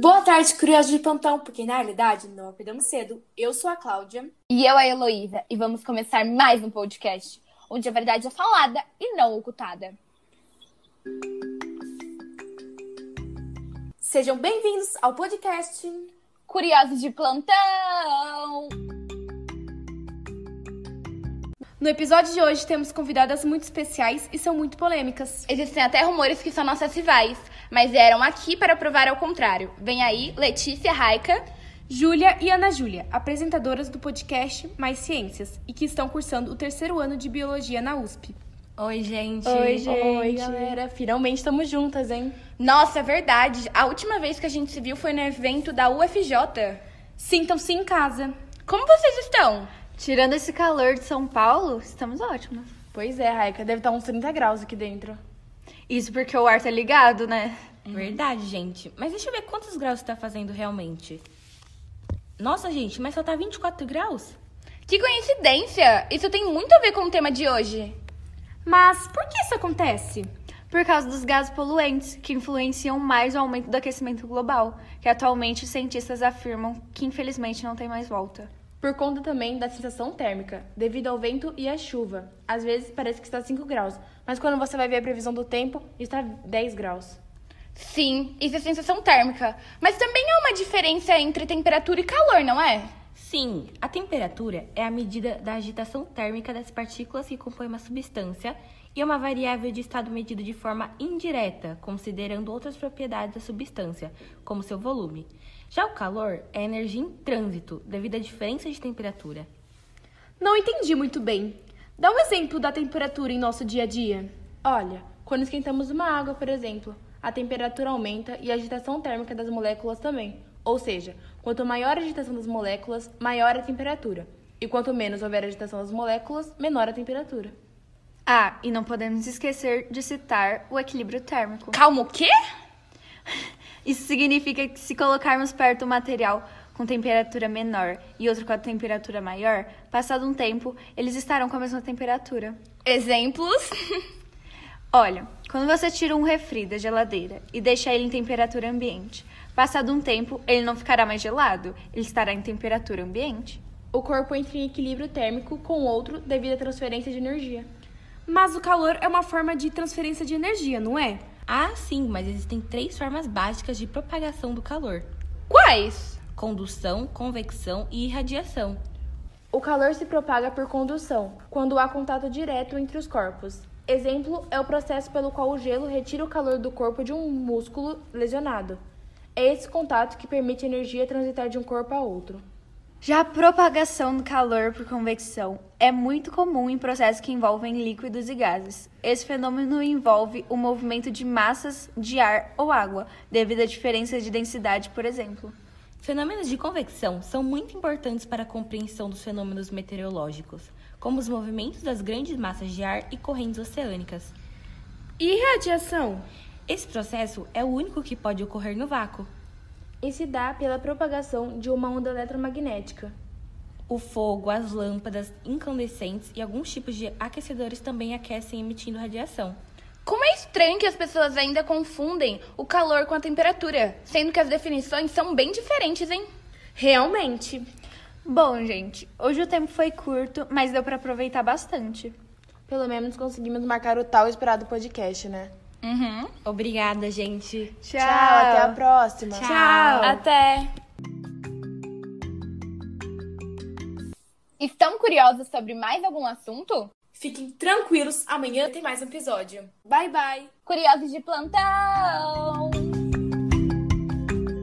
Boa tarde, curiosos de plantão, porque na realidade não acordamos cedo. Eu sou a Cláudia. E eu, a Heloísa, e vamos começar mais um podcast, onde a verdade é falada e não ocultada. Sejam bem-vindos ao podcast Curiosos de plantão! No episódio de hoje temos convidadas muito especiais e são muito polêmicas. Existem até rumores que são nossas rivais, mas vieram aqui para provar ao contrário. Vem aí Letícia Raika, Júlia e Ana Júlia, apresentadoras do podcast Mais Ciências e que estão cursando o 3º ano de Biologia na USP. Oi, gente. Oi, galera. Finalmente estamos juntas, hein? Nossa, é verdade. A última vez que a gente se viu foi no evento da UFJ. Sintam-se em casa. Como vocês estão? Tirando esse calor de São Paulo, estamos ótimas. Pois é, Raika, deve estar uns 30 graus aqui dentro. Isso porque o ar tá ligado, né? Verdade, gente. Mas deixa eu ver quantos graus tá fazendo realmente. Nossa, gente, mas só tá 24 graus? Que coincidência! Isso tem muito a ver com o tema de hoje. Mas por que isso acontece? Por causa dos gases poluentes, que influenciam mais o aumento do aquecimento global, que atualmente os cientistas afirmam que infelizmente não tem mais volta. Por conta também da sensação térmica, devido ao vento e à chuva. Às vezes parece que está 5 graus, mas quando você vai ver a previsão do tempo, está 10 graus. Sim, isso é sensação térmica. Mas também há uma diferença entre temperatura e calor, não é? Sim, a temperatura é a medida da agitação térmica das partículas que compõem uma substância e é uma variável de estado medido de forma indireta, considerando outras propriedades da substância, como seu volume. Já o calor é energia em trânsito, devido à diferença de temperatura. Não entendi muito bem. Dá um exemplo da temperatura em nosso dia a dia. Olha, quando esquentamos uma água, por exemplo, a temperatura aumenta e a agitação térmica das moléculas também. Ou seja, quanto maior a agitação das moléculas, maior a temperatura. E quanto menos houver agitação das moléculas, menor a temperatura. Ah, e não podemos esquecer de citar o equilíbrio térmico. Calma, o quê? Isso significa que se colocarmos perto um material com temperatura menor e outro com a temperatura maior, passado um tempo, eles estarão com a mesma temperatura. Exemplos? Olha, quando você tira um refri da geladeira e deixa ele em temperatura ambiente, passado um tempo, ele não ficará mais gelado, ele estará em temperatura ambiente. O corpo entra em equilíbrio térmico com o outro devido à transferência de energia. Mas o calor é uma forma de transferência de energia, não é? Ah, sim, mas existem 3 formas básicas de propagação do calor: Quais? condução, convecção e irradiação. O calor se propaga por condução, quando há contato direto entre os corpos. Exemplo é o processo pelo qual o gelo retira o calor do corpo de um músculo lesionado. É esse contato que permite a energia transitar de um corpo a outro. Já a propagação do calor por convecção é muito comum em processos que envolvem líquidos e gases. Esse fenômeno envolve o movimento de massas de ar ou água, devido à diferença de densidade, por exemplo. Fenômenos de convecção são muito importantes para a compreensão dos fenômenos meteorológicos, como os movimentos das grandes massas de ar e correntes oceânicas. E radiação? Esse processo é o único que pode ocorrer no vácuo. E se dá pela propagação de uma onda eletromagnética. O fogo, as lâmpadas incandescentes e alguns tipos de aquecedores também aquecem emitindo radiação. Como é estranho que as pessoas ainda confundem o calor com a temperatura, sendo que as definições são bem diferentes, hein? Realmente. Bom, gente, hoje o tempo foi curto, mas deu para aproveitar bastante. Pelo menos conseguimos marcar o tal esperado podcast, né? Obrigada, gente. Tchau, Até a próxima. Tchau. Até! Estão curiosos sobre mais algum assunto? Fiquem tranquilos, amanhã tem mais um episódio. Bye, bye! Curiosos de plantão!